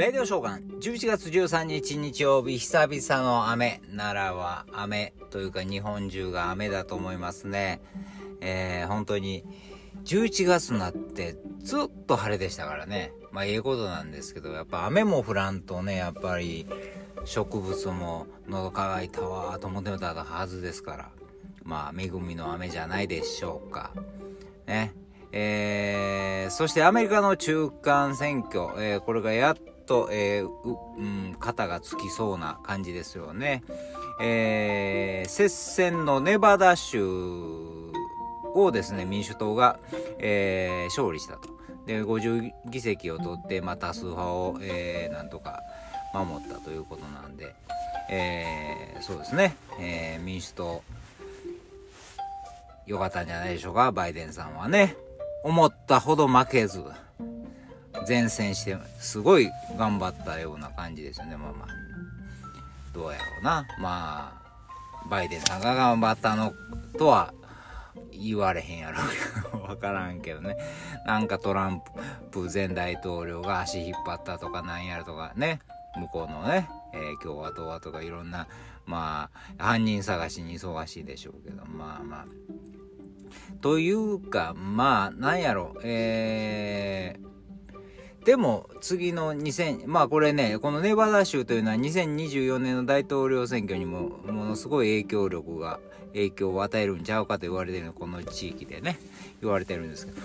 レディオ召喚11月13日日曜日、久々の雨。奈良は雨というか日本中が雨だと思いますね。本当に11月になってずっと晴れでしたからね。まあいいことなんですけど、やっぱ雨も降らんとね、やっぱり植物も喉乾いたわと思ってたはずですから、まあ恵みの雨じゃないでしょうかね。そしてアメリカの中間選挙、これがやっと、肩がつきそうな感じですよね。接戦のネバダ州をですね、民主党が、勝利したと。で50議席を取って、多数派を、なんとか守ったということなんで、そうですね、民主党よかったんじゃないでしょうか。バイデンさんはね、思ったほど負けず前線してすごい頑張ったような感じですよね。どうやろうな。バイデンさんが頑張ったのとは言われへんやろうけど分からんけどね。なんかトランプ前大統領が足引っ張ったとかなんやらとかね、向こうのね、共和党はとかいろんな犯人探しに忙しいでしょうけど、というかなんやろ、でも次のこれね、このネバダ州というのは2024年の大統領選挙にもものすごい影響を与えるんちゃうかと言われてるの、この地域でね言われてるんですけど、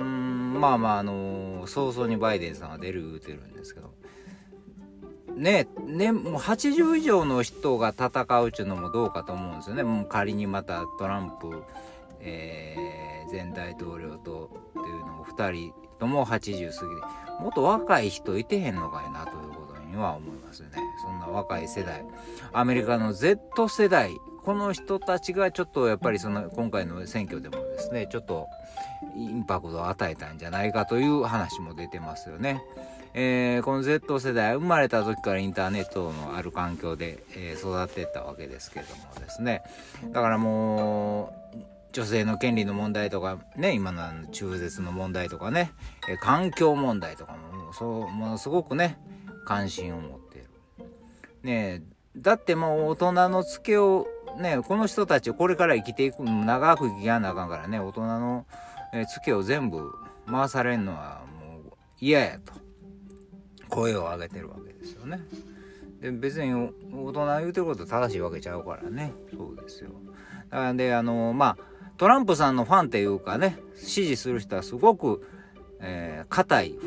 早々にバイデンさんは出る言うてるんですけどね、もう80以上の人が戦うっていうのもどうかと思うんですよね。もう仮にまたトランプ、前大統領とっていうのを2人とも80過ぎで、もっと若い人いてへんのかいなということには思いますね。そんな若い世代、アメリカの Z 世代、この人たちがちょっとやっぱり今回の選挙でもですね、ちょっとインパクトを与えたんじゃないかという話も出てますよね。この Z 世代、生まれた時からインターネットのある環境で、育っていったわけですけれどもですね、だからもう女性の権利の問題とかね、今の中絶の問題とかね、環境問題とかもものすごくね関心を持っているね。だってもう大人のツケをね、この人たちこれから生きていく、長く生きやなあかんからね、大人のツケを全部回されるのはもう嫌やと声を上げてるわけですよね。で別に大人言うてること正しいわけちゃうからね。そうですよ。でトランプさんのファンっていうかね、支持する人はすごく固い、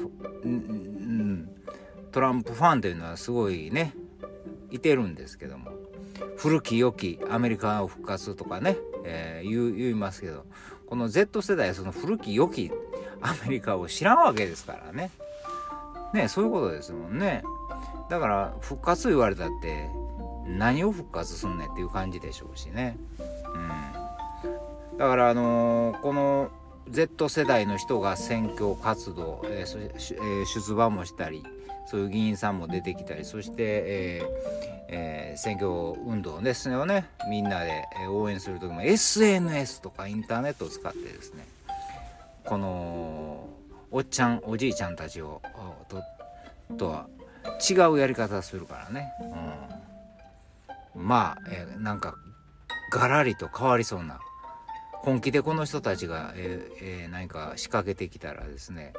トランプファンというのはすごいねいてるんですけども、古き良きアメリカを復活とかね、言いますけど、この Z 世代はその古き良きアメリカを知らんわけですからね。そういうことですもんね。だから復活言われたって何を復活すんねんっていう感じでしょうしね。だからこの Z 世代の人が選挙活動、出馬もしたり、そういう議員さんも出てきたり、そして、選挙運動ですよね、みんなで応援する時も SNS とかインターネットを使ってですね、このおっちゃんおじいちゃんたちをとは違うやり方するからね、なんかガラリと変わりそうな、本気でこの人たちが、何か仕掛けてきたらですね、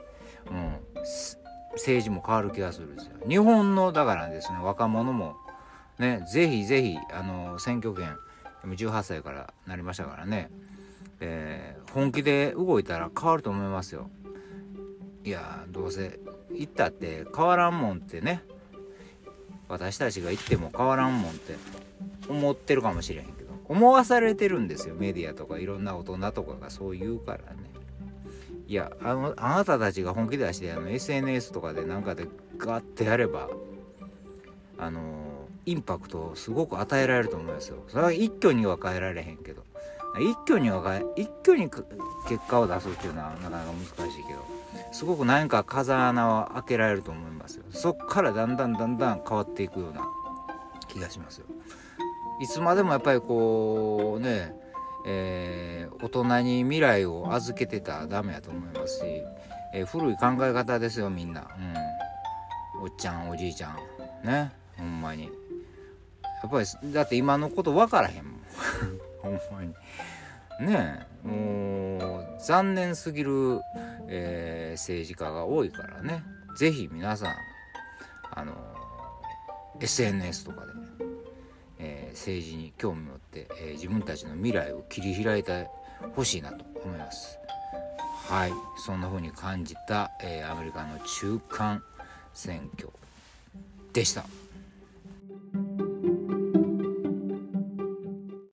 政治も変わる気がするんですよ。日本のだからですね、若者もね、ぜひぜひ選挙権18歳からなりましたからね、本気で動いたら変わると思いますよ。いやどうせ言ったって変わらんもんってね、私たちが言っても変わらんもんって思ってるかもしれへんけど、思わされてるんですよ。メディアとかいろんな大人とかがそう言うからね。いやあなたたちが本気出してSNS とかでなんかでガッてやればインパクトをすごく与えられると思いますよ。それは一挙には変えられへんけど、一挙に結果を出すっていうのはなかなか難しいけど、すごく何か風穴は開けられると思いますよ。そっからだんだん変わっていくような気がしますよ。いつまでもやっぱりこうね、大人に未来を預けてたらダメやと思いますし、古い考え方ですよみんな、 おっちゃんおじいちゃんね、ほんまにやっぱりだって今のこと分からへんもんほんまにねえ、もう残念すぎる、政治家が多いからね、ぜひ皆さんSNS とかで、政治に興味を持って、自分たちの未来を切り開いてほしいなと思います。はい、そんな風に感じた、アメリカの中間選挙でした。